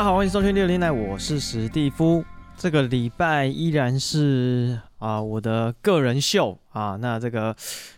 家好，欢迎收听609，我是史蒂夫。这个礼拜依然是我的个人秀啊。那这个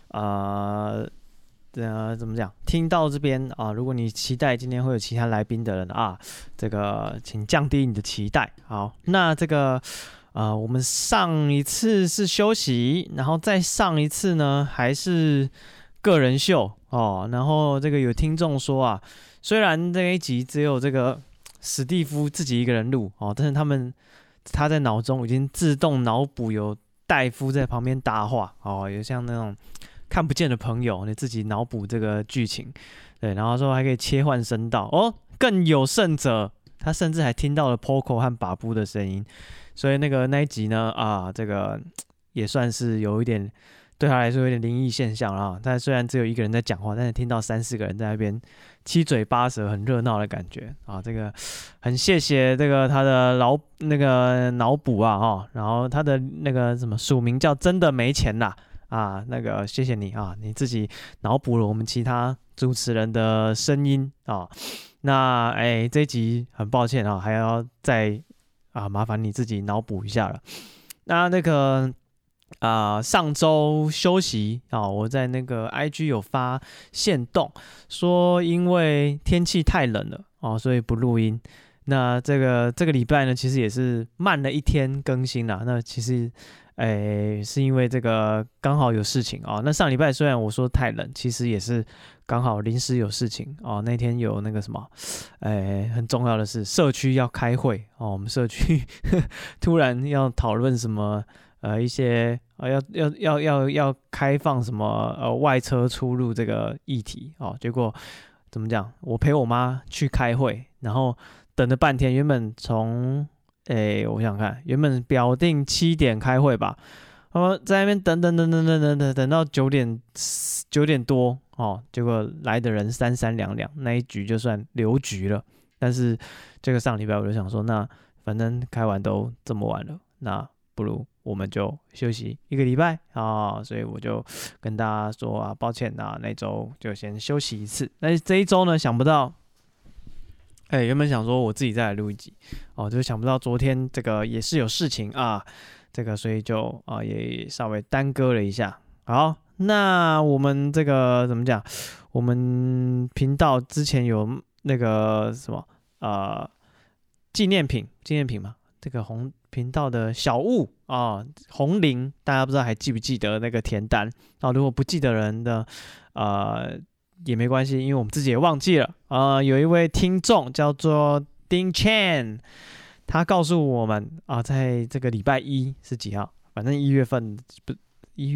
怎么讲？听到这边啊，如果你期待今天会有其他来宾的人啊，这个请降低你的期待。好，那这个我们上一次是休息，然后再上一次呢还是个人秀哦。然后这个有听众说啊，虽然这一集只有这个史蒂夫自己一个人录哦，但是他在脑中已经自动脑补有戴夫在旁边搭话哦，有像那种看不见的朋友，你自己脑补这个剧情，对，然后说还可以切换声道哦，更有甚者，他甚至还听到了 Poco 和把布的声音，所以那一集呢这个也算是有一点对他来说有点灵异现象啦。他虽然只有一个人在讲话，但是听到3-4个人在那边七嘴八舌，很热闹的感觉啊！这个很谢谢这个他的脑补啊然后他的那个什么署名叫真的没钱啦那个谢谢你啊，你自己脑补了我们其他主持人的声音啊。那这一集很抱歉还要再麻烦你自己脑补一下了。那个上周休息我在那个 IG 有发限动说，因为天气太冷了所以不录音。那这个礼拜呢，其实也是慢了1天更新啦。那其实是因为这个刚好有事情那上礼拜虽然我说太冷，其实也是刚好临时有事情那天有那个什么很重要的是社区要开会我们社区突然要讨论什么一些要开放什么外车出入这个议题结果怎么讲？我陪我妈去开会，然后等了半天，原本从我想想看，原本表定7点开会吧，在那边等到9点多结果来的人3-32-2，那一局就算留局了。但是这个上礼拜我就想说，那反正开完都这么晚了，那不如我们就休息1个礼拜所以我就跟大家说抱歉那周就先休息一次。但是这一周呢，想不到原本想说我自己再来录一集就想不到昨天这个也是有事情这个所以就也稍微耽搁了一下。好，那我们这个怎么讲？我们频道之前有那个什么纪念品嘛，这个频道的小物红菱，大家不知道还记不记得那个填单如果不记得人的也没关系，因为我们自己也忘记了有一位听众叫做丁 Chan， 他告诉我们在这个礼拜1是几号？反正1月份不1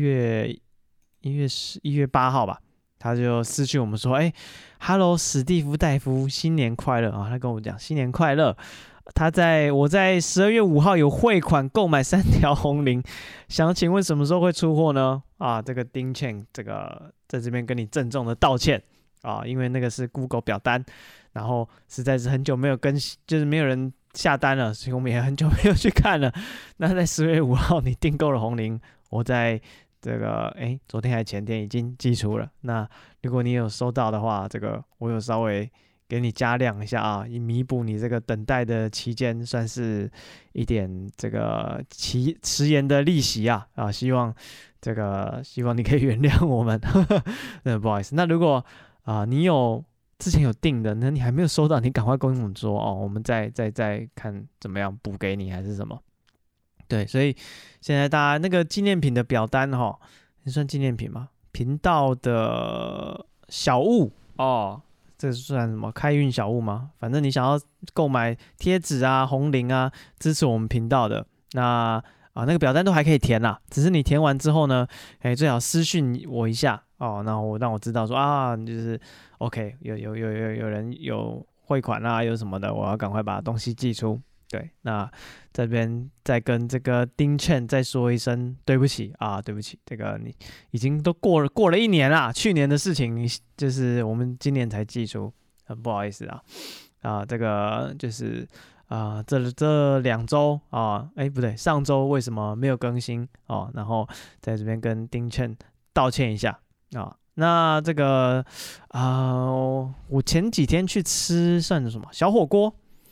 月8号吧，他就私讯我们说，Hello 史蒂夫戴夫，新年快乐他跟我讲新年快乐。我在12月5号有汇款购买3条红菱，想请问什么时候会出货呢？这个丁倩，这个在这边跟你郑重的道歉因为那个是 Google 表单，然后实在是很久没有更新，就是没有人下单了，所以我们也很久没有去看了。那在12月5号你订购了红菱，我在这个昨天还前天已经寄出了。那如果你有收到的话，这个我有稍微给你加量一下以弥补你这个等待的期间，算是一点这个迟延的利息希望你可以原谅我们真的不好意思。那如果你之前有订的，那你还没有收到，你赶快跟我们说我们再看怎么样补给你还是什么。对，所以现在大家那个纪念品的表单你算纪念品吗？频道的小物这算什么开运小物吗？反正你想要购买贴纸红菱支持我们频道的，那那个表单都还可以填啦，只是你填完之后呢最好私讯我一下那让我知道说就是 OK 有人有汇款有什么的，我要赶快把东西寄出。对，那这边再跟这个丁倩再说一声对不起对不起，这个你已经都过了1年啦，去年的事情就是我们今年才寄出，很不好意思这个就是这2周不对，上周为什么没有更新然后在这边跟丁倩道歉一下那这个我前几天去吃算是什么小火锅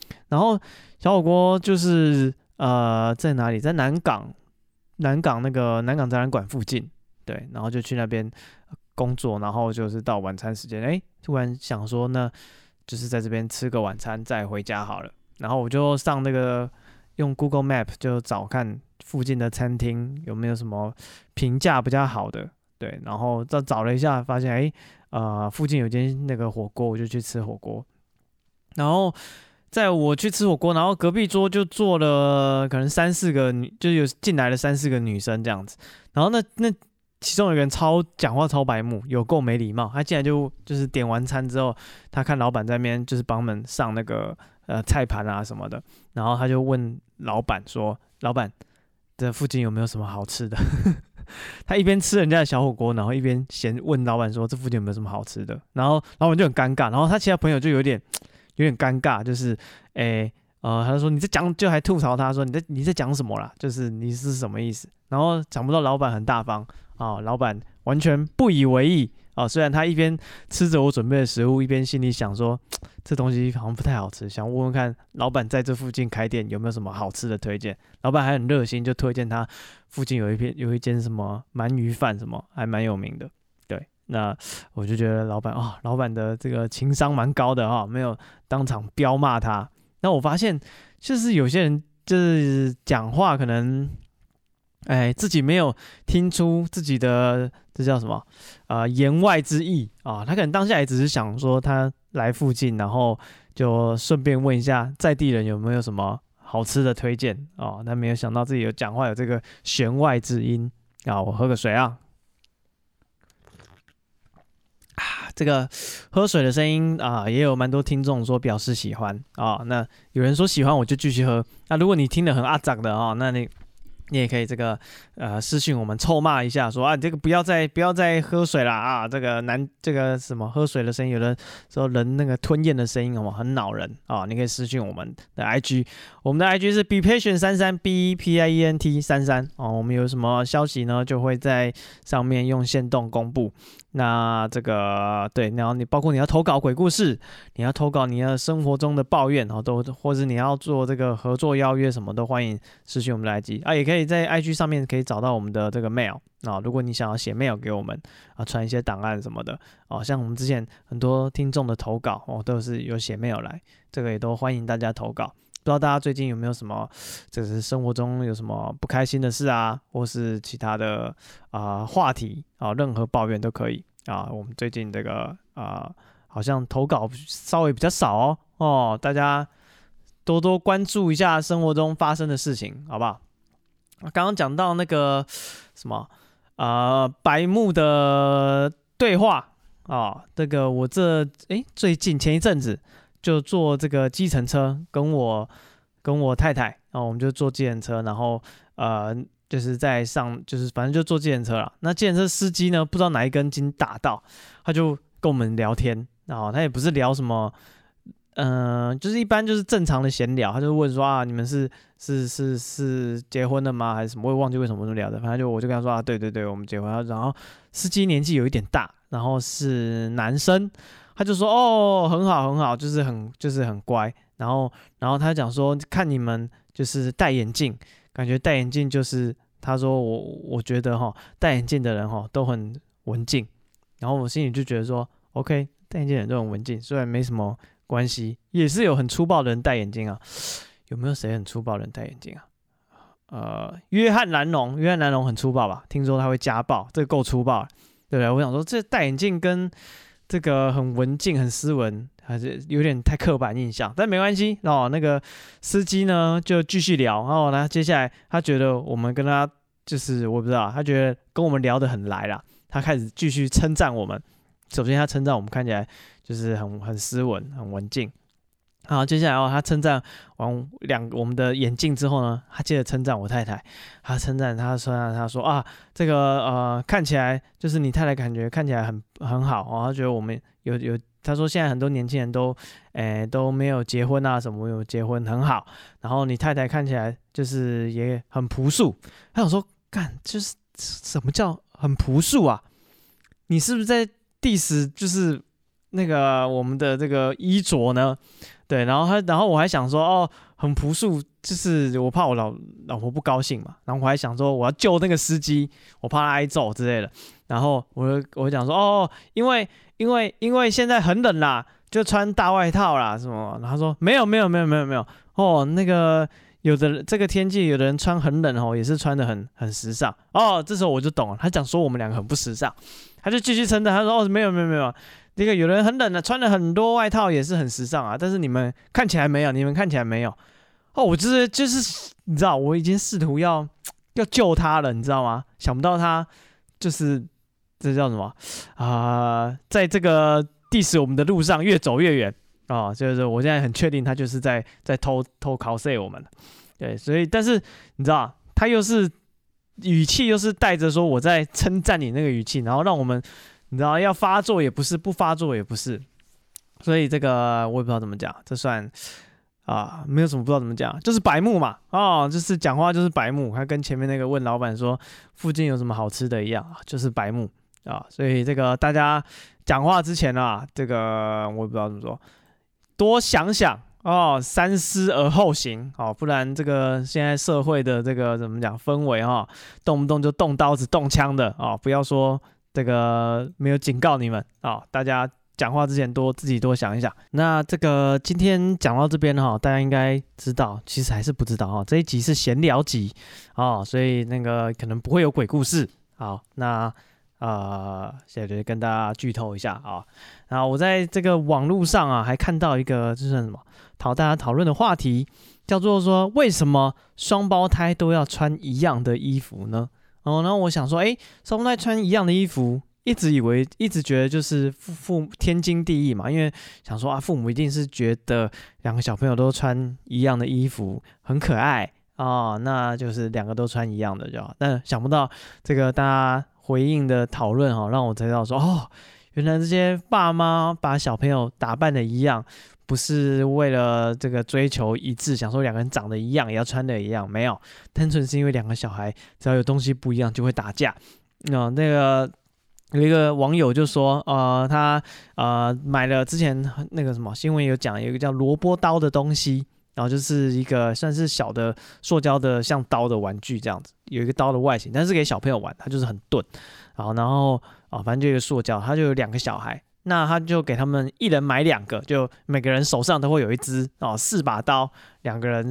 然后小火锅就是在哪里？在南港那个南港展览馆附近，对，然后就去那边工作，然后就是到晚餐时间，突然想说那就是在这边吃个晚餐再回家好了。然后我就上那个用 Google Map 就找看附近的餐厅有没有什么评价比较好的，对，然后再找了一下，发现附近有间那个火锅，我就去吃火锅。然后在我去吃火锅，然后隔壁桌就坐了可能3-4个就有进来了3-4个女生这样子。然后那其中有一个人讲话超白目，有够没礼貌。他进来就是点完餐之后，他看老板在那边就是帮我们上那个菜盘啊什么的，然后他就问老板说：“老板，这附近有没有什么好吃的？”他一边吃人家的小火锅，然后一边问老板说：“这附近有没有什么好吃的？”然后老板就很尴尬，然后他其他朋友就有点尴尬，就是他就说你在讲，就还吐槽他说你在讲什么啦？就是你是什么意思？然后想不到老板很大方老板完全不以为意虽然他一边吃着我准备的食物，一边心里想说这东西好像不太好吃，想问问看老板在这附近开店有没有什么好吃的推荐。老板还很热心，就推荐他附近有一间什么鳗鱼饭什么还蛮有名的。对，那我就觉得老板的这个情商蛮高的没有当场彪骂他。那我发现就是有些人就是讲话可能自己没有听出自己的这叫什么言外之意他可能当下也只是想说他来附近，然后就顺便问一下在地人有没有什么好吃的推荐他没有想到自己有讲话有这个弦外之音我喝个水啊。这个喝水的声音也有蛮多听众说表示喜欢那有人说喜欢我就继续喝。那如果你听得很阿杂的那你也可以这个私讯我们臭骂一下，说这个不要再喝水啦这个什么喝水的声音，有的时候人那个吞咽的声音很恼人你可以私讯我们的 IG， 我们的 IG 是 bepatient33 BEPIENT33我们有什么消息呢就会在上面用限动公布。那这个对，然后包括你要投稿鬼故事，你要投稿你的生活中的抱怨或者你要做这个合作邀约什么都欢迎私讯我们的 IG 也可以在 IG 上面可以找到我们的这个 mail 如果你想要写 mail 给我们传一些档案什么的像我们之前很多听众的投稿都是有写 mail 来，这个也都欢迎大家投稿。不知道大家最近有没有什么就是生活中有什么不开心的事或是其他的话题任何抱怨都可以我们最近这个好像投稿稍微比较少大家多多关注一下生活中发生的事情好不好？刚刚讲到那个什么白目的对话这个我最近前一阵子就坐这个计程车，跟我太太我们就坐计程车，然后就是就是反正就坐计程车啦。那计程车司机呢，不知道哪一根筋打到，他就跟我们聊天他也不是聊什么就是一般就是正常的闲聊，他就问说你们是结婚了吗？还是什么？我也忘记为什么这么聊的。反正我就跟他说对，我们结婚。然后司机年纪有一点大，然后是男生，他就说很好，就是很乖。然后他讲说看你们就是戴眼镜，感觉戴眼镜就是他说我觉得戴眼镜的人都很文静。然后我心里就觉得说 OK， 戴眼镜的人都很文静，虽然没什么关系，也是有很粗暴的人戴眼镜有没有谁很粗暴的人戴眼镜约翰南龙很粗暴吧？听说他会家暴，这个够粗暴了，对不对？我想说这戴眼镜跟这个很文静很斯文还是有点太刻板印象，但没关系那个司机呢就继续聊呢，接下来他觉得我们跟他就是我不知道，他觉得跟我们聊得很来啦，他开始继续称赞我们。首先他称赞我们看起来就是很斯文很文静，接下来他称赞完我们的眼镜之后呢，他接着称赞我太太，他说这个看起来就是你太太感觉看起来很好他觉得我们有他说现在很多年轻人都没有结婚什么有结婚很好，然后你太太看起来就是也很朴素。他想说就是什么叫很朴素你是不是在diss就是那个我们的这个衣着呢？对，然后我还想说，哦，很朴素，就是我怕我老婆不高兴嘛，然后我还想说我要救那个司机，我怕他挨揍之类的，然后我讲说，哦，因为现在很冷啦，就穿大外套啦什么，然后他说没有，哦，那个有的这个天气，有的人穿很冷哦，也是穿的很时尚哦，这时候我就懂了，他讲说我们两个很不时尚，他就继续称赞，他说哦没有。那个有人很冷的，穿了很多外套也是很时尚啊，但是你们看起来没有，哦，我就是你知道，我已经试图要救他了，你知道吗？想不到他就是这叫什么在这个 diss 我们的路上越走越远啊，就是我现在很确定他就是在偷 cos 我们，对，所以但是你知道，他又是语气又是带着说我在称赞你那个语气，然后让我们。你知道要发作也不是，不发作也不是，所以这个我也不知道怎么讲，这算没有什么不知道怎么讲，就是白目嘛，就是讲话就是白目，还跟前面那个问老板说附近有什么好吃的一样，就是白目所以这个大家讲话之前这个我也不知道怎么说，多想想三思而后行不然这个现在社会的这个怎么讲氛围动不动就动刀子动枪的不要说。这个没有警告你们大家讲话之前自己多想一想。那这个今天讲到这边大家应该知道，其实还是不知道这一集是闲聊集所以那个可能不会有鬼故事。好，那现在就跟大家剧透一下然后我在这个网络上还看到一个就是什么大家讨论的话题，叫做说为什么双胞胎都要穿一样的衣服呢？然后我想说，双胞胎穿一样的衣服，一直觉得就是天经地义嘛，因为想说父母一定是觉得两个小朋友都穿一样的衣服很可爱那就是两个都穿一样的就好。但想不到这个大家回应的讨论让我知道说原来这些爸妈把小朋友打扮的一样。不是为了这个追求一致，想说两个人长得一样也要穿的一样，没有，单纯是因为两个小孩只要有东西不一样就会打架。那个有一个网友就说，他买了之前那个什么新闻有讲，有一个叫萝卜刀的东西，然后就是一个算是小的塑胶的像刀的玩具这样子，有一个刀的外形，但是给小朋友玩，它就是很钝，然后反正就一个塑胶，它就有两个小孩。那他就给他们一人买2个，就每个人手上都会有一支4把刀，两人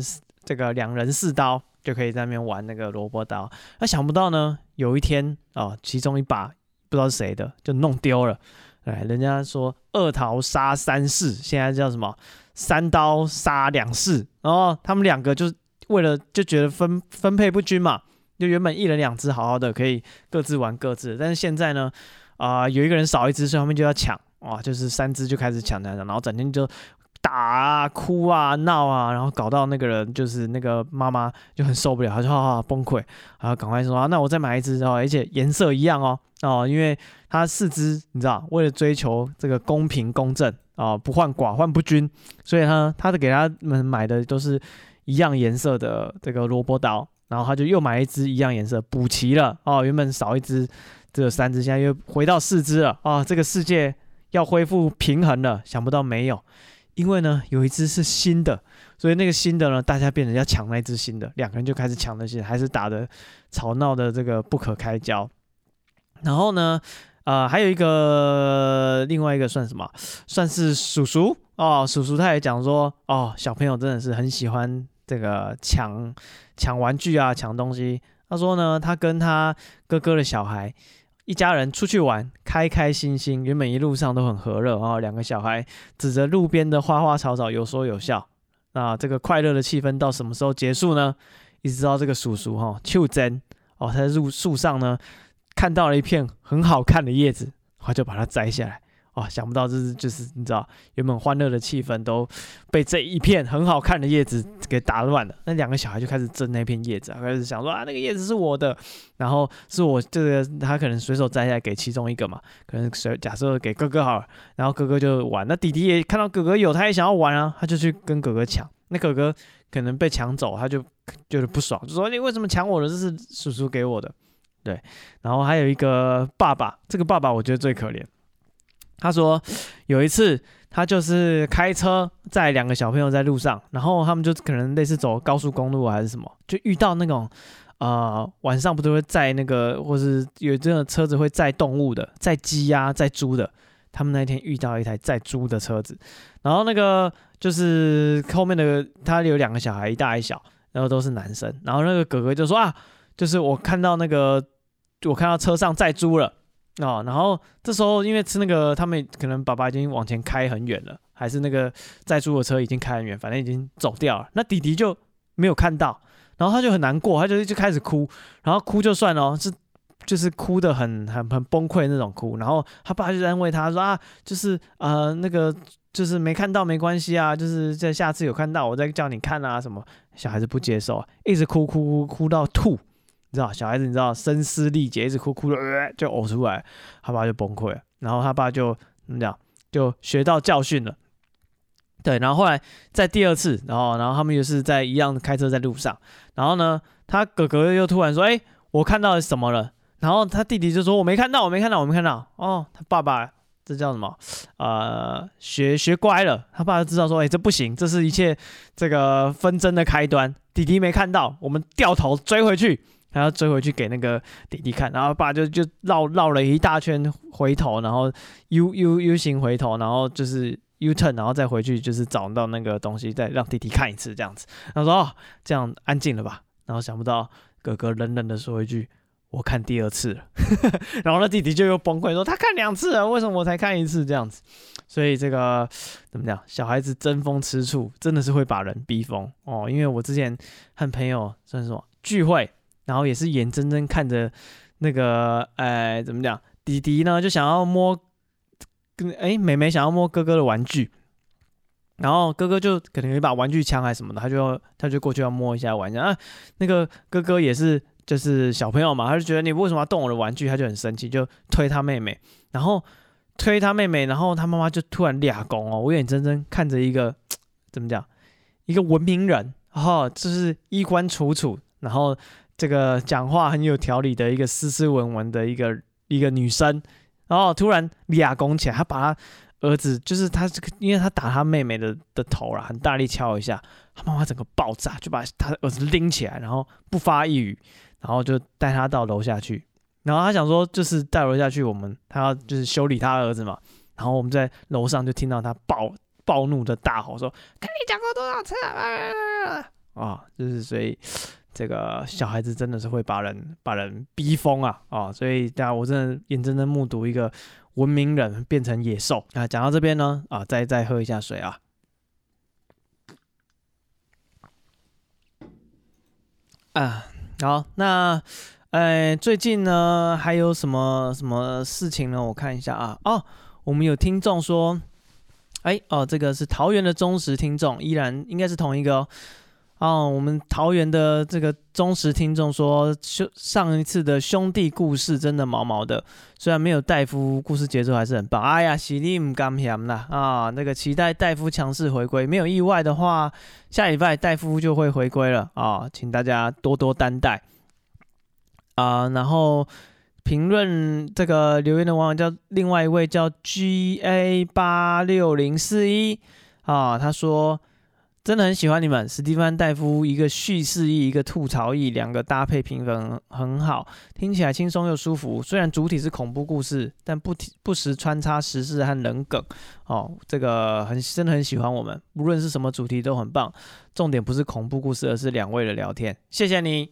4刀就可以在那边玩那个萝卜刀。那想不到呢，有一天其中一把不知道是谁的就弄丢了。人家说2桃杀3士，现在叫什么3刀杀2士。他们两个就为了就觉得分配不均嘛，就原本一人2只好好的可以各自玩各自的，但是现在呢有一个人少一只，所以他们就要抢就是3只就开始抢，然后整天就打哭闹然后搞到那个人就是那个妈妈就很受不了，他就崩溃，然后赶快说那我再买一只而且颜色一样因为他4只你知道为了追求这个公平公正不患寡患不均，所以他给他们买的都是一样颜色的这个萝卜刀，然后他就又买一只一样颜色补齐了原本少一只。只有3只，现在又回到4只了这个世界要恢复平衡了，想不到没有，因为呢有一只是新的，所以那个新的呢，大家变成要抢那只新的，两个人就开始抢那些，还是打得吵闹的这个不可开交。然后呢，还有另外一个算什么？算是叔叔叔叔他也讲说小朋友真的是很喜欢这个抢玩具抢东西。他说呢，他跟他哥哥的小孩。一家人出去玩，开开心心，原本一路上都很和乐两个小孩指着路边的花花草草有说有笑。那这个快乐的气氛到什么时候结束呢？一直到这个叔叔秋真他在树上呢看到了一片很好看的叶子，他就把它摘下来。想不到就是你知道，原本欢乐的气氛都被这一片很好看的叶子给打乱了。那两个小孩就开始争那片叶子，开始想说那个叶子是我的，然后是我这个他可能随手摘下来给其中一个嘛，可能假设给哥哥好了，然后哥哥就玩，那弟弟也看到哥哥有，他也想要玩他就去跟哥哥抢，那哥哥可能被抢走，他就觉得不爽，就说你为什么抢我的？这是叔叔给我的。对，然后还有一个爸爸，这个爸爸我觉得最可怜。 他说有一次他就是开车载2个小朋友在路上，然后他们就可能类似走高速公路还是什么，就遇到那种晚上不都会载那个，或是有这种车子会载动物的，载鸡啊载猪的。他们那天遇到一台载猪的车子，然后那个就是后面的他有2个小孩，一大一小，然后都是男生，然后那个哥哥就说啊，就是我看到车上载猪了哦，然后这时候因为是那个他们可能爸爸已经往前开很远了，还是那个载猪的车已经开很远，反正已经走掉了，那弟弟就没有看到，然后他就很难过，他就开始哭，然后哭就算了，就是哭得很崩溃那种哭，然后他爸就安慰他说啊，就是那个就是没看到没关系啊，就是在下次有看到我再叫你看啊什么。小孩子不接受，一直哭到吐，你知道小孩子你知道声嘶力竭，一直哭就呕出来，他爸就崩溃了，然后他爸就怎么讲，就学到教训了。对，然后后来在第2次，然后他们又是在一样开车在路上，然后呢，他哥哥又突然说，我看到什么了。然后他弟弟就说：“我没看到。”哦，他爸爸这叫什么？学乖了。他爸就知道说：“这不行，这是一切这个纷争的开端。弟弟没看到，我们掉头追回去，还要追回去给那个弟弟看。”然后爸就绕了一大圈回头，然后 U 型回头，然后就是 U turn， 然后再回去，就是找到那个东西，再让弟弟看一次这样子。他说：“哦，这样安静了吧？”然后想不到哥哥冷冷的说一句：“我看第2次了。”然后那弟弟就又崩溃说：“他看2次了，为什么我才看1次？”这样子，所以这个怎么讲？小孩子争风吃醋，真的是会把人逼疯哦。因为我之前和朋友算是什么聚会，然后也是眼睁睁看着那个怎么讲？弟弟呢就想要摸，妹妹想要摸哥哥的玩具。然后哥哥就可能有一把玩具枪还是什么的，他就过去要摸一下玩一下啊。那个哥哥也是就是小朋友嘛，他就觉得你为什么要动我的玩具，他就很生气，就推他妹妹，然后他妈妈就突然俩公哦，我眼睁睁看着一个怎么讲，一个文明人，就是衣冠楚楚，然后这个讲话很有条理的一个斯斯文文的一个女生，然后突然俩公起来，他把他儿子就是他这个，因为他打他妹妹的头啦，很大力敲一下，他妈妈整个爆炸，就把他儿子拎起来，然后不发一语，然后就带他到楼下去。然后他想说，就是带楼下去，他要就是修理他儿子嘛。然后我们在楼上就听到他暴怒的大吼说：“跟你讲过多少次了啊！”就是所以这个小孩子真的是会把人逼疯啊！所以大家我真的眼睁睁目睹一个文明人变成野兽啊！讲到这边呢，再喝一下水啊。好，那最近呢还有什么事情呢？我看一下啊。我们有听众说，这个是桃园的忠实听众，依然应该是同一个哦。我们桃园的这个忠实听众说，上一次的兄弟故事真的毛毛的，虽然没有戴夫，故事节奏还是很棒。哎呀，是你不甘嫌啦啊！那个期待戴夫强势回归，没有意外的话，下礼拜戴夫就会回归了啊，请大家多多担待然后评论这个留言的网友叫另外一位叫 GA86041他说。真的很喜欢你们，史蒂芬·戴夫一个叙事意，一个吐槽意，两个搭配评分很好，听起来轻松又舒服。虽然主体是恐怖故事，但不时穿插时事和人梗这个真的很喜欢我们，无论是什么主题都很棒。重点不是恐怖故事，而是两位的聊天。谢谢你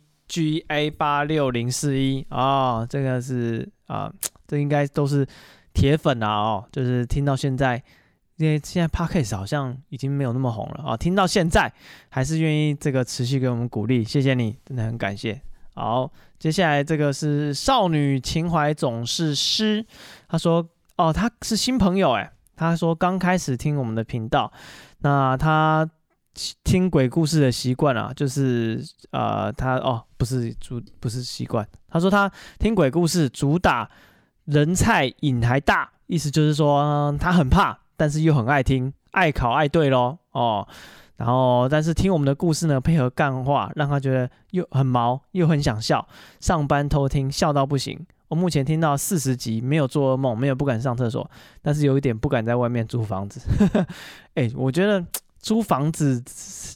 GA86041这个是这应该都是铁粉就是听到现在。因为现在 Podcast 好像已经没有那么红了听到现在还是愿意这个持续给我们鼓励，谢谢你，真的很感谢。好，接下来这个是少女情怀总是诗，他说他是新朋友他说刚开始听我们的频道，那他听鬼故事的习惯就是他不是习惯，他说他听鬼故事主打人菜瘾还大，意思就是说他很怕。但是又很爱听，爱考爱对咯然后但是听我们的故事呢，配合干话，让他觉得又很毛又很想笑，上班偷听笑到不行我目前听到40集，没有做噩梦，没有不敢上厕所，但是有一点不敢在外面租房子。我觉得租房子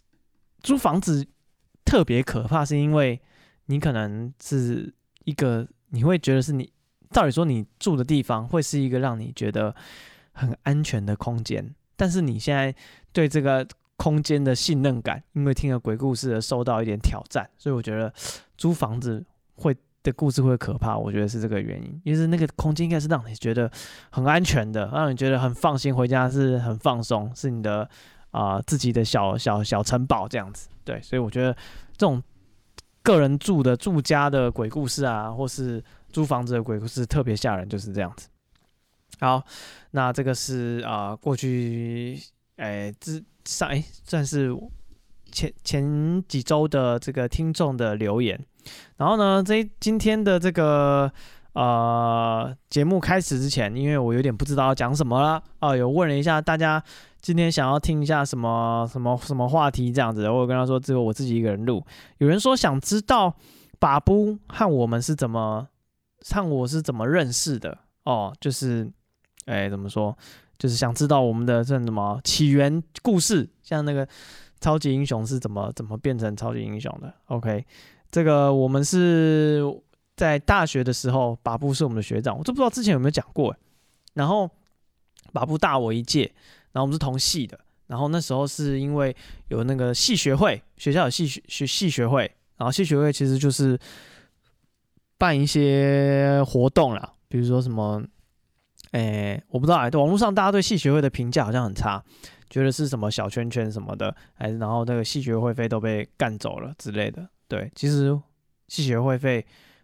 特别可怕，是因为你可能是一个，你会觉得是你，照理说你住的地方会是一个让你觉得很安全的空间，但是你现在对这个空间的信任感，因为听了鬼故事而受到一点挑战，所以我觉得租房子的故事会可怕，我觉得是这个原因，因为那个空间应该是让你觉得很安全的，让你觉得很放心，回家是很放松，是你的自己的小城堡这样子。对，所以我觉得这种个人住家的鬼故事啊，或是租房子的鬼故事特别吓人，就是这样子。好，那这个是过去算是前几周的这个听众的留言。然后呢，今天的这个节目开始之前，因为我有点不知道要讲什么了有问了一下大家今天想要听一下什么话题这样子，我有跟他说只有我自己一个人录。有人说想知道把布和我是怎么认识的就是怎么说，就是想知道我们的这什么起源故事，像那个超级英雄是怎么变成超级英雄的。 OK， 这个我们是在大学的时候，把布是我们的学长，我都不知道之前有没有讲过。然后把布大我一届，然后我们是同系的，然后那时候是因为有那个系学会，学校有系学会，然后系学会其实就是办一些活动啦，比如说什么我不知道网络上大家对系学会的评价好像很差，觉得是什么小圈圈什么的，然后那个系学会费都被干走了之类的。对，其实系学会费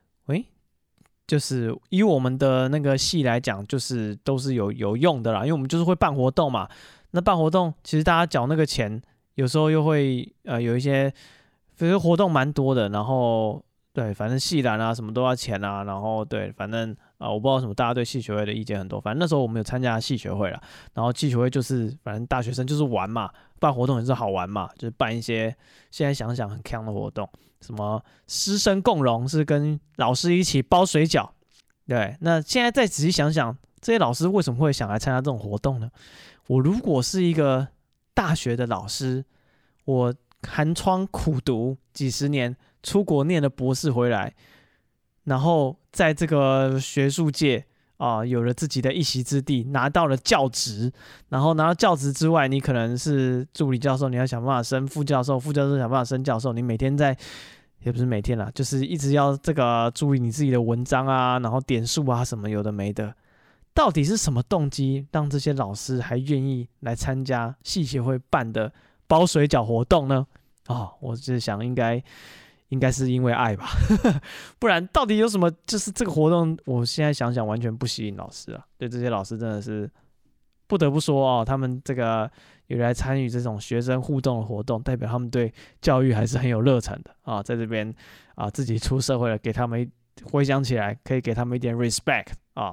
就是以我们的那个系来讲，就是都是有用的啦，因为我们就是会办活动嘛。那办活动其实大家缴那个钱，有时候又会有一些，比如活动蛮多的，然后对，反正系篮啊什么都要钱啊，然后对，反正我不知道什么大家对系学会的意见很多，反正那时候我们有参加系学会啦，然后系学会就是反正大学生就是玩嘛，办活动也是好玩嘛，就是办一些现在想想很鏘的活动。什么师生共荣是跟老师一起包水饺，对，那现在再仔细想想，这些老师为什么会想来参加这种活动呢？我如果是一个大学的老师，我寒窗苦读几十年，出国念了博士回来，然后在这个学术界有了自己的一席之地，拿到了教职，然后拿到教职之外，你可能是助理教授，你要想办法升副教授，副教授想办法升教授，你每天也不是每天啦，就是一直要这个注意你自己的文章啊，然后点数啊什么有的没的，到底是什么动机让这些老师还愿意来参加系协会办的包水饺活动呢？我是想应该是因为爱吧，不然到底有什么？就是这个活动，我现在想想完全不吸引老师啊。对这些老师真的是不得不说他们这个有来参与这种学生互动的活动，代表他们对教育还是很有热忱的在这边自己出社会了，给他们回想起来可以给他们一点 respect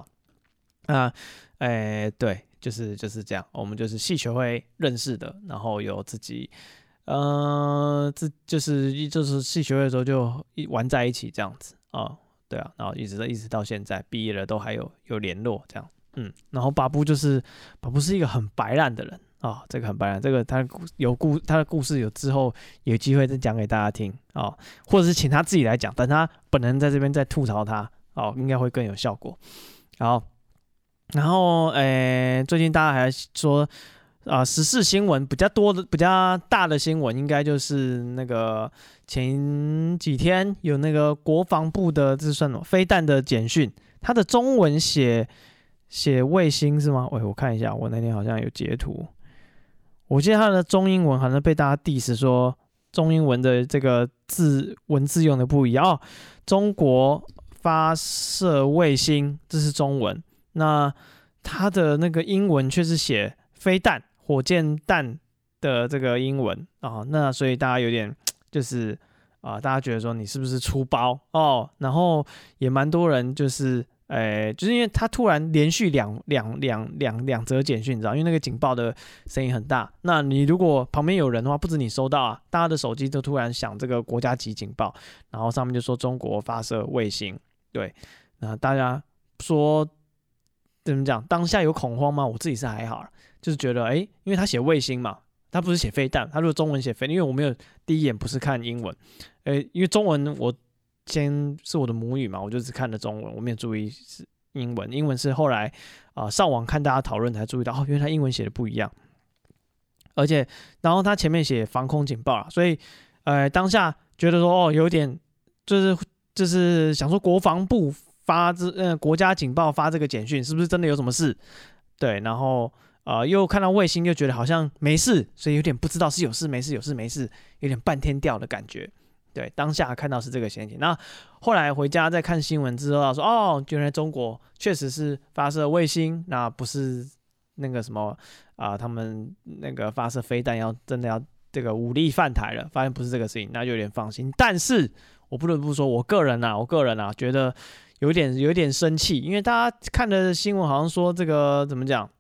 对，就是这样，我们就是系学会认识的，然后有自己就是系学会的时候就玩在一起这样子对啊，然后一直到现在毕业了都还有联络这样。然后把布是一个很白烂的人这个很白烂，这个他的故事有之后有机会再讲给大家听或者是请他自己来讲，等他本人在这边再吐槽他应该会更有效果。好，然后最近大家还说时事新闻比较大的新闻，应该就是那个前几天有那个国防部的这算什么飞弹的简讯，他的中文写卫星是吗？我看一下，我那天好像有截图，我记得他的中英文好像被大家 diss 说中英文的这个文字用的不一样中国发射卫星，这是中文，那他的那个英文却是写飞弹火箭弹的这个英文那所以大家有点就是大家觉得说你是不是出包然后也蛮多人就是就是因为他突然连续两则简讯，你知道，因为那个警报的声音很大，那你如果旁边有人的话，不止你收到大家的手机都突然响这个国家级警报，然后上面就说中国发射卫星，对， 大家说怎么讲？当下有恐慌吗？我自己是还好啦，就是觉得因为他写卫星嘛，他不是写飞弹，他如果中文写飞弹，因为我没有第一眼不是看英文，因为中文我先是我的母语嘛，我就只看了中文，我没有注意是英文，英文是后来上网看大家讨论才注意到，原来他英文写的不一样，而且然后他前面写防空警报啦，所以当下觉得说有点就是想说国防部发国家警报发这个简讯是不是真的有什么事？对，然后又看到卫星又觉得好像没事，所以有点不知道是有事没事有事没事，有点半天吊的感觉。对，当下看到是这个心情。那后来回家再看新闻之后说，原来中国确实是发射卫星，那不是那个什么他们那个发射飞弹真的要这个武力犯台了，发现不是这个事情，那就有点放心。但是我不得不说，我个人觉得有点生气，因为大家看的新闻好像说这个怎么讲？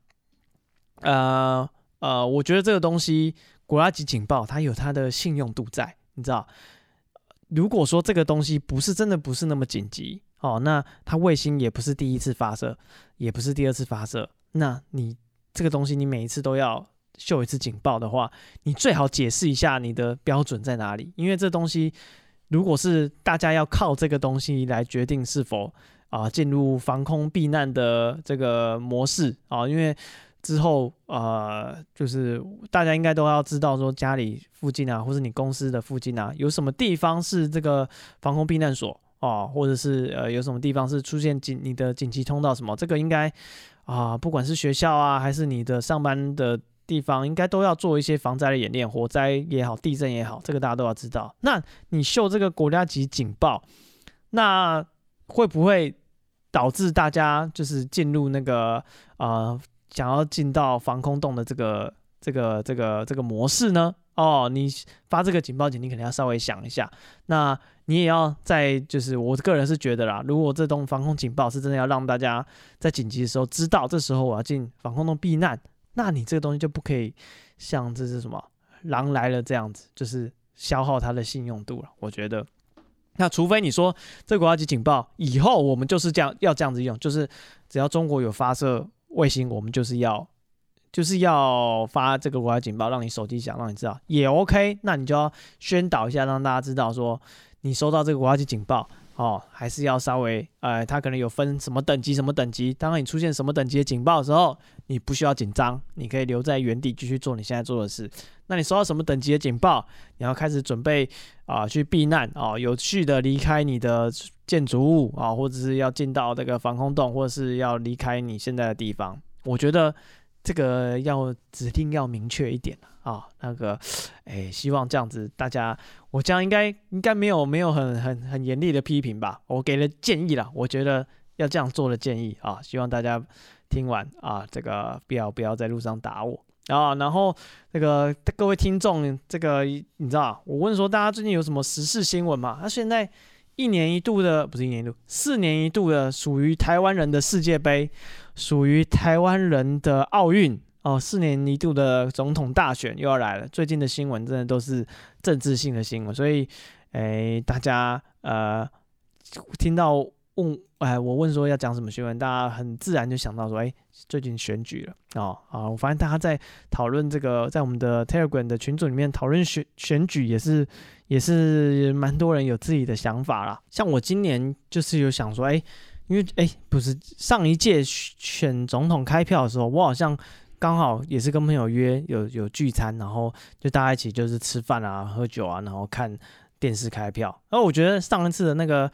我觉得这个东西国家级警报它有它的信用度在，你知道。如果说这个东西真的不是那么紧急那它卫星也不是第一次发射，也不是第二次发射，那你这个东西你每一次都要秀一次警报的话，你最好解释一下你的标准在哪里，因为这东西如果是大家要靠这个东西来决定是否进入防空避难的这个模式因为之后就是大家应该都要知道说家里附近或是你公司的附近有什么地方是这个防空避难所或者是有什么地方是出现你的紧急通道什么，这个应该不管是学校还是你的上班的地方，应该都要做一些防灾的演练，火灾也好，地震也好，这个大家都要知道。那你秀这个国家级警报，那会不会导致大家就是进入那个想要进到防空洞的这个模式呢？你发这个警报前，你可能要稍微想一下。那你也要就是我个人是觉得啦，如果这栋防空警报是真的要让大家在紧急的时候知道，这时候我要进防空洞避难，那你这个东西就不可以像这是什么狼来了这样子，就是消耗它的信用度了。我觉得。那除非你说这个国家级警报以后我们就是要这样子用，就是只要中国有发射卫星，我们就是要发这个国家警报，让你手机响，让你知道也 OK。那你就要宣导一下，让大家知道说你收到这个国家级警报还是要稍微它可能有分什么等级什么等级。当你出现什么等级的警报的时候，你不需要紧张，你可以留在原地继续做你现在做的事。那你收到什么等级的警报，你要开始准备去避难有序的离开你的建筑物或者是要进到这个防空洞，或者是要离开你现在的地方。我觉得这个指定要明确一点那个希望这样子大家，我这样应该没有很严厉的批评吧，我给了建议啦，我觉得要这样做的建议希望大家听完这个不要在路上打我然后这个各位听众，这个你知道我问说大家最近有什么时事新闻吗？现在4年一度的属于台湾人的世界杯，属于台湾人的奥运4年一度的总统大选又要来了。最近的新闻真的都是政治性的新闻，所以大家听到我问说要讲什么新闻，大家很自然就想到说最近选举了我发现大家在讨论这个，在我们的 Telegram 的群组里面讨论选举也是蛮多人有自己的想法啦。像我今年就是有想说因为不是上一届选总统开票的时候，我好像刚好也是跟朋友约有聚餐，然后就大家一起就是吃饭喝酒然后看电视开票。然后我觉得上一次的那个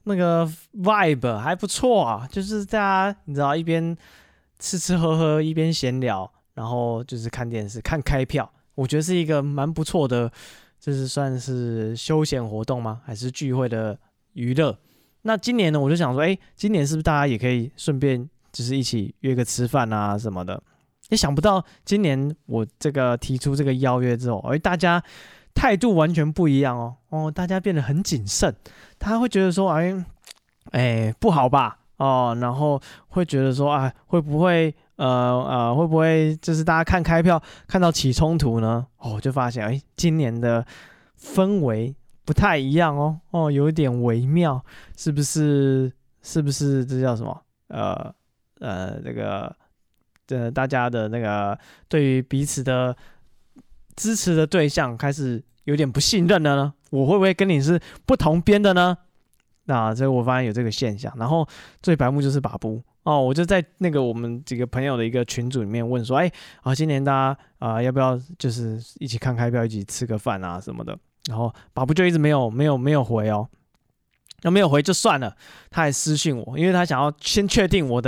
vibe 还不错就是大家你知道一边吃喝一边闲聊，然后就是看电视看开票，我觉得是一个蛮不错的，就是算是休闲活动吗？还是聚会的娱乐？那今年呢，我就想说今年是不是大家也可以顺便就是一起约个吃饭什么的？也想不到今年我这个提出这个邀约之后大家态度完全不一样大家变得很谨慎，他会觉得说不好吧然后会觉得说会不会就是大家看开票看到起冲突呢？就发现今年的氛围不太一样有一点微妙，是不是是不是这叫什么？这个大家的那个对于彼此的支持的对象开始有点不信任了呢？我会不会跟你是不同边的呢？那这我发现有这个现象，然后最白目就是把布哦，我就在那个我们几个朋友的一个群组里面问说，今年大家要不要就是一起看开票，一起吃个饭啊什么的？然后把布就一直没有回哦，那没有回就算了，他还私讯我，因为他想要先确定我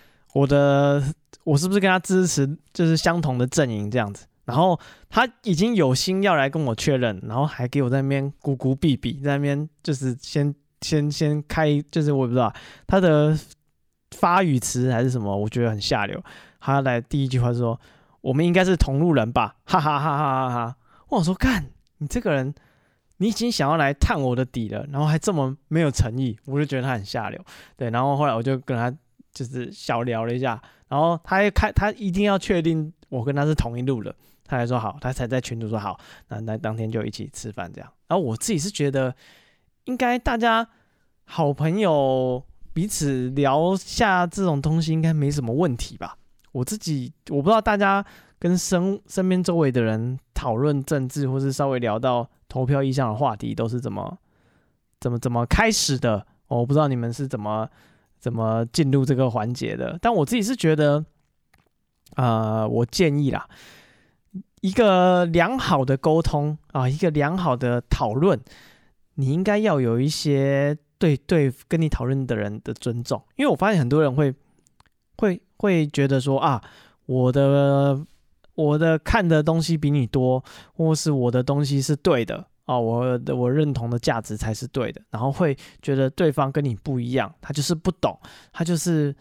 是不是跟他支持就是相同的阵营这样子。然后他已经有心要来跟我确认，然后还给我在那边咕咕闭闭，在那边就是先开，就是我也不知道他的发语词还是什么，我觉得很下流。他来第一句话说：“我们应该是同路人吧？”哈哈哈哈哈哈！我说干，你这个人，你已经想要来探我的底了，然后还这么没有诚意，我就觉得他很下流。对，然后后来我就跟他就是小聊了一下，然后他一定要确定我跟他是同一路的。他还说好，他才在群组说好，那当天就一起吃饭这样。然后我自己是觉得，应该大家好朋友彼此聊下这种东西，应该没什么问题吧？我不知道大家跟身边周围的人讨论政治，或是稍微聊到投票意向的话题，都是怎么开始的？我不知道你们是怎么进入这个环节的。但我自己是觉得，我建议啦。一个良好的沟通啊，一个良好的讨论，你应该要有一些对跟你讨论的人的尊重，因为我发现很多人会觉得说啊，我的看的东西比你多，或是我的东西是对的啊，我认同的价值才是对的，然后会觉得对方跟你不一样，他就是不懂，他就是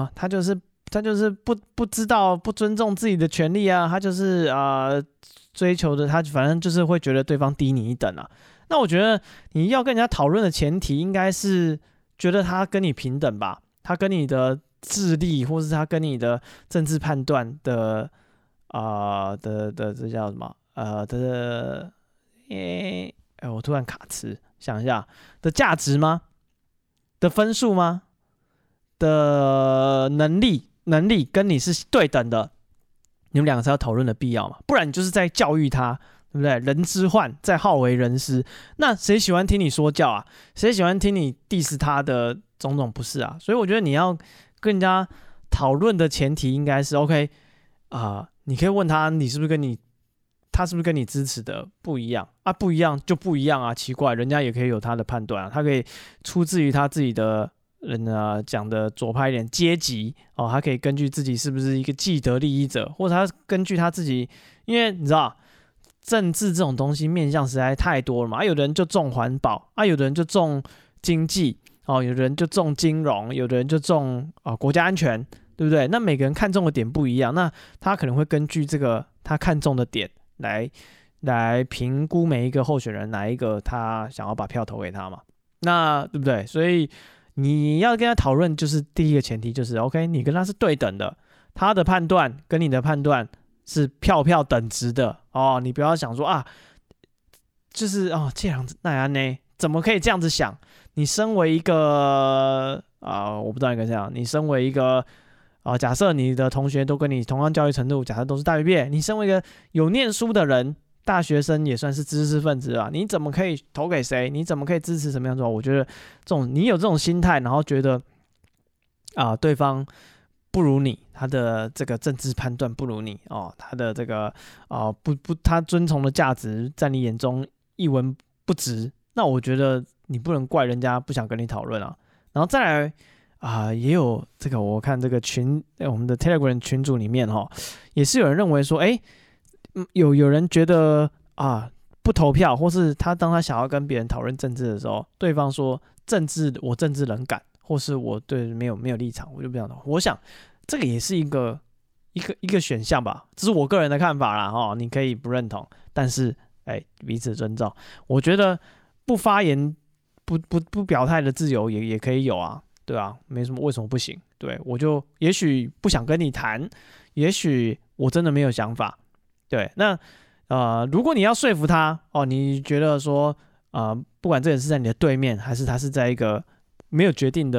不知道不尊重自己的权利啊，他就是追求的他反正就是会觉得对方低你一等啊。那我觉得你要跟人家讨论的前提应该是觉得他跟你平等吧，他跟你的智力或是他跟你的政治判断的这叫什么我突然卡词，想一下的价值吗？的分数吗？的能力跟你是对等的，你们两个才有讨论的必要嘛，不然你就是在教育他，对不对？人之患在好为人师，那谁喜欢听你说教啊？谁喜欢听你 diss 他的种种不是啊？所以我觉得你要跟人家讨论的前提应该是 OK 你可以问他，他是不是跟你支持的不一样啊？不一样就不一样啊，奇怪，人家也可以有他的判断啊，他可以出自于他自己的。讲的左派一点阶级哦，他可以根据自己是不是一个既得利益者，或者他根据他自己，因为你知道政治这种东西面向实在太多了嘛，有的人就重环保有的人就重经济有的人就重金融，有的人就重国家安全，对不对？那每个人看重的点不一样，那他可能会根据这个他看重的点来评估每一个候选人哪一个他想要把票投给他嘛，那对不对？所以你要跟他讨论，就是第一个前提就是 OK， 你跟他是对等的，他的判断跟你的判断是票等值的哦。你不要想说就是这样子那样呢，怎么可以这样子想？你身为一个我不知道应该这样，你身为一个假设你的同学都跟你同样教育程度，假设都是大学毕业，你身为一个有念书的人。大学生也算是知识分子啊，你怎么可以投给谁？你怎么可以支持什么样子？我觉得你有这种心态，然后觉得对方不如你，他的这个政治判断不如你他的这个他遵从的价值在你眼中一文不值，那我觉得你不能怪人家不想跟你讨论啊。然后再来也有这个，我看这个我们的 Telegram 群组里面也是有人认为说，有人觉得不投票，或是当他想要跟别人讨论政治的时候，对方说我政治冷感，或是我对没有立场，我就不想投。我想这个也是一个选项吧，这是我个人的看法啦你可以不认同，但是彼此尊重。我觉得不发言不表态的自由也可以有啊，对啊，没什么为什么不行？对，我就也许不想跟你谈，也许我真的没有想法。对，那如果你要说服他你觉得说不管这件事在你的对面，还是他是在一个没有决定的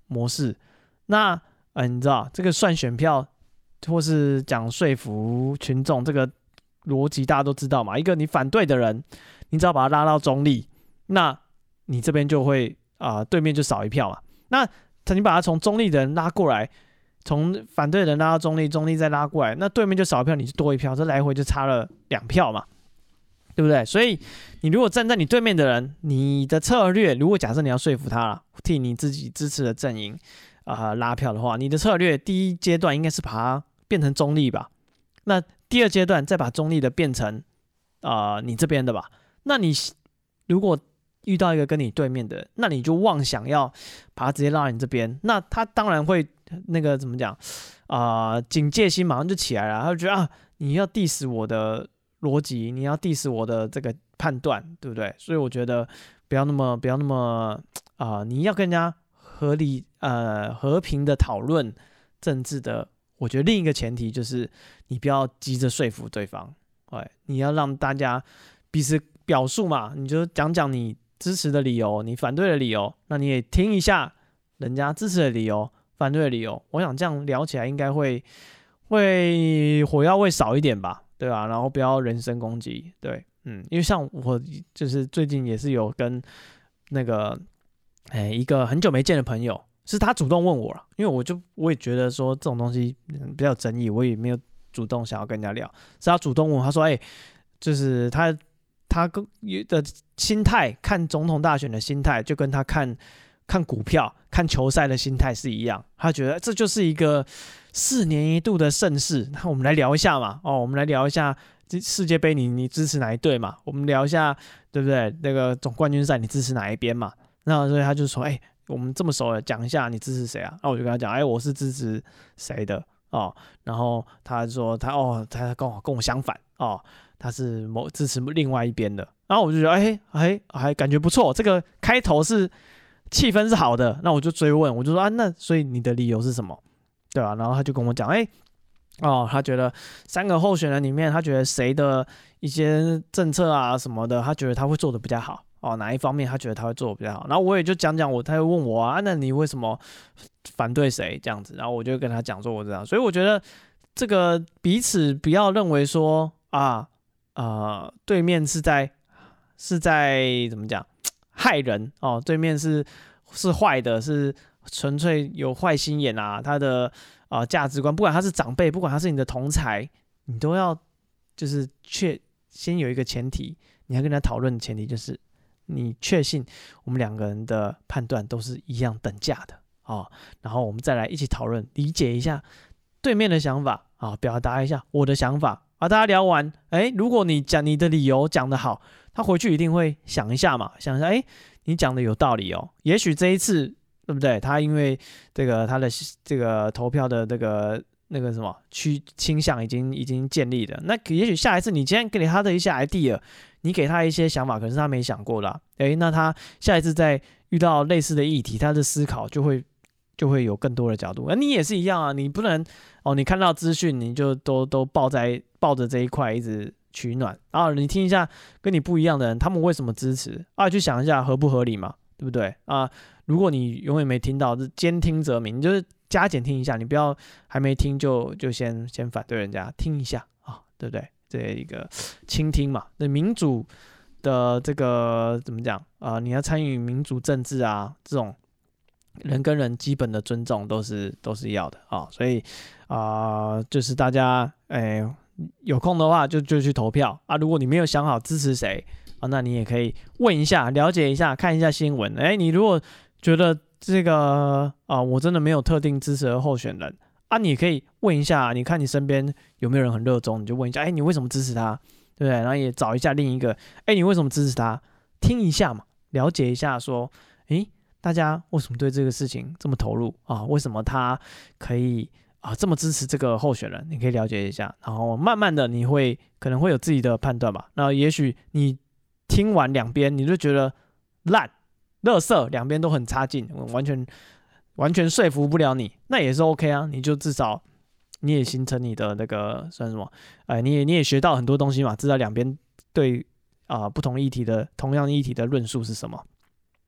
模式。那你知道这个算选票或是讲说服群众这个逻辑大家都知道嘛？一个你反对的人，你只要把他拉到中立，那你这边就会对面就少一票嘛。那你把他从中立的人拉过来，从反对的人拉到中立，中立再拉过来，那对面就少一票，你就多一票，这来回就差了2票嘛。对不对？所以你如果站在你对面的人，你的策略，如果假设你要说服他替你自己支持的阵营拉票的话，你的策略第一阶段应该是把它变成中立吧。那第二阶段再把中立的变成你这边的吧。那你如果遇到一个跟你对面的，那你就妄想要把他直接拉到你这边，那他当然会那个怎么讲警戒心马上就起来了，他就觉得你要 diss 我的逻辑，你要 diss 我的这个判断，对不对？所以我觉得不要那么你要跟人家和平的讨论政治的，我觉得另一个前提就是你不要急着说服对方，你要让大家彼此表述嘛，你就讲你支持的理由，你反对的理由，那你也听一下人家支持的理由、反对的理由，我想这样聊起来应该会火药味少一点吧。对吧？然后不要人身攻击，对，因为像我就是最近也是有跟那个一个很久没见的朋友，是他主动问我了，因为我也觉得说这种东西比较有争议，我也没有主动想要跟人家聊，是他主动问我，他说就是他的心态，看总统大选的心态，就跟他看股票、看球赛的心态是一样，他觉得这就是一个4年一度的盛事，那我们来聊一下嘛，我们来聊一下世界杯你支持哪一队嘛？我们聊一下，对不对？那个总冠军赛你支持哪一边嘛？那所以他就说，我们这么熟了，讲一下你支持谁啊？那我就跟他讲，我是支持谁的然后他说他跟我相反他是支持另外一边的，然后我就觉得还感觉不错，这个开头是气氛是好的，那我就追问，我就说那所以你的理由是什么？对吧？然后他就跟我讲，他觉得3个候选人里面，他觉得谁的一些政策什么的，他觉得他会做的比较好哪一方面他觉得他会做的比较好。然后我也就讲他会问我那你为什么反对谁这样子？然后我就跟他讲说我这样，所以我觉得这个彼此不要认为说对面是在怎么讲害人对面是坏的，是纯粹有坏心眼他的价值观，不管他是长辈，不管他是你的同侪，你都要就是先有一个前提，你要跟他讨论的前提就是你确信我们2个人的判断都是一样等价的然后我们再来一起讨论，理解一下对面的想法表达一下我的想法大家聊完如果你讲你的理由讲得好，他回去一定会想一下嘛，想一下你讲的有道理也许这一次对不对？他因为这个他的这个投票的那个什么倾向已经建立了，那也许下一次你今天给他的一些 idea， 你给他一些想法，可是他没想过啦，那他下一次再遇到类似的议题，他的思考就会有更多的角度。你也是一样你不能你看到资讯你就都抱着这一块一直取暖，然后你听一下跟你不一样的人他们为什么支持去想一下合不合理嘛，对不对如果你永远没听到，兼听则明，你就是加减听一下，你不要还没听就先反对人家，听一下对不对？这一个倾听嘛，那民主的这个怎么讲你要参与民主政治这种人跟人基本的尊重都是要的所以就是大家有空的话就去投票如果你没有想好支持谁那你也可以问一下，了解一下，看一下新闻。你如果觉得这个我真的没有特定支持的候选人你也可以问一下，你看你身边有没有人很热衷，你就问一下，你为什么支持他，对不对？然后也找一下另一个，你为什么支持他？听一下嘛，了解一下说，大家为什么对这个事情这么投入为什么他可以这么支持这个候选人？你可以了解一下，然后慢慢的你可能会有自己的判断吧。那也许你听完2边，你就觉得烂、垃圾，2边都很差劲，完全说服不了你，那也是 OK 你就至少你也形成你的那个算什么？你也学到很多东西嘛，知道2边对不同议题的同样议题的论述是什么。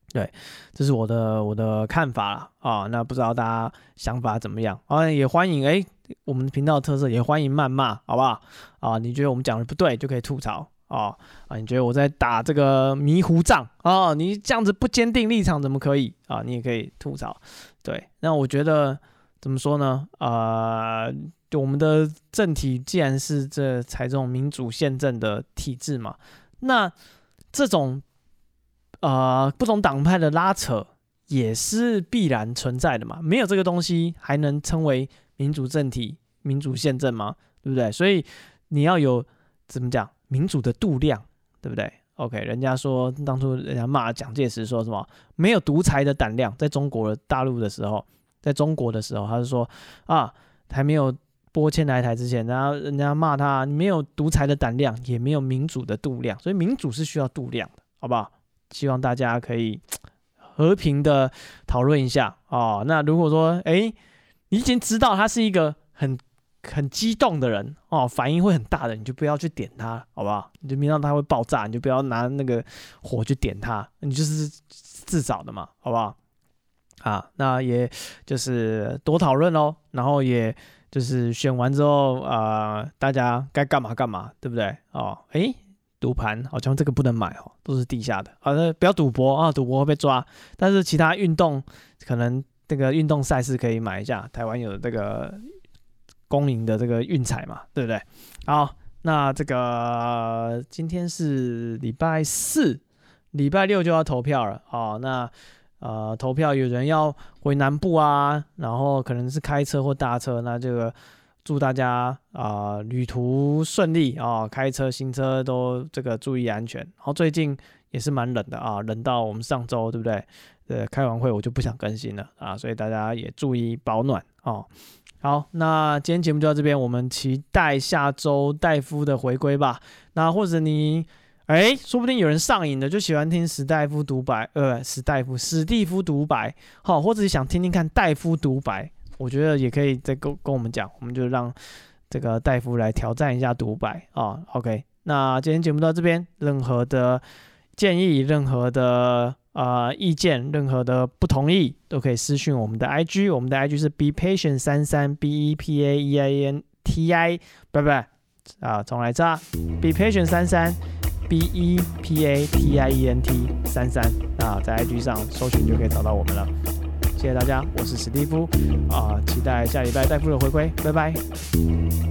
对，这是我的看法啦啊。那不知道大家想法怎么样啊？也欢迎我们频道的特色也欢迎谩骂，好不好？啊，你觉得我们讲的不对就可以吐槽啊。你觉得我在打这个迷糊仗啊？你这样子不坚定立场怎么可以啊？你也可以吐槽。对，那我觉得怎么说呢？我们的政体既然是采这种民主宪政的体制嘛，那这种不同党派的拉扯也是必然存在的嘛，没有这个东西还能称为民主政体、民主宪政吗？对不对？所以你要有怎么讲民主的度量，对不对 ？OK， 人家说当初人家骂蒋介石说什么没有独裁的胆量，在中国大陆的时候，在中国的时候，他就说还没有拨迁来台之前，然后人家骂他你没有独裁的胆量，也没有民主的度量，所以民主是需要度量的，好不好？希望大家可以和平的讨论一下哦。那如果说你已经知道他是一个很激动的人哦，反应会很大的，你就不要去点他，好不好？你就明知道他会爆炸，你就不要拿那个火去点他，你就是自找的嘛，好不好？那也就是多讨论咯，然后也就是选完之后大家该干嘛干嘛，对不对？赌盘好像这个不能买哦，都是地下的。不要赌博啊，赌博会被抓。但是其他运动可能这个运动赛事可以买一下，台湾有这个公营的这个运彩嘛，对不对？好，那这个今天是礼拜四，礼拜六就要投票了那投票有人要回南部啊，然后可能是开车或搭车，那这个祝大家旅途顺利开车新车都这个注意安全。然后最近也是蛮冷的冷到我们上周对不对？开完会我就不想更新了所以大家也注意保暖好，那今天节目就到这边，我们期待下周戴夫的回归吧。那或者你说不定有人上瘾的，就喜欢听史蒂夫独白，或者想听听看戴夫独白，我觉得也可以再跟我们讲，我们就让这个戴夫来挑战一下独白OK， 那今天节目到这边，任何的建议、任何的意见、任何的不同意，都可以私讯我们的 IG， 我们的 IG 是 bepatient33 BEPAEIENTI， 重来一次bepatient33 BEPATIENT33 在 IG 上搜寻就可以找到我们了。谢谢大家，我是史蒂夫期待下礼拜戴夫的回归，拜拜。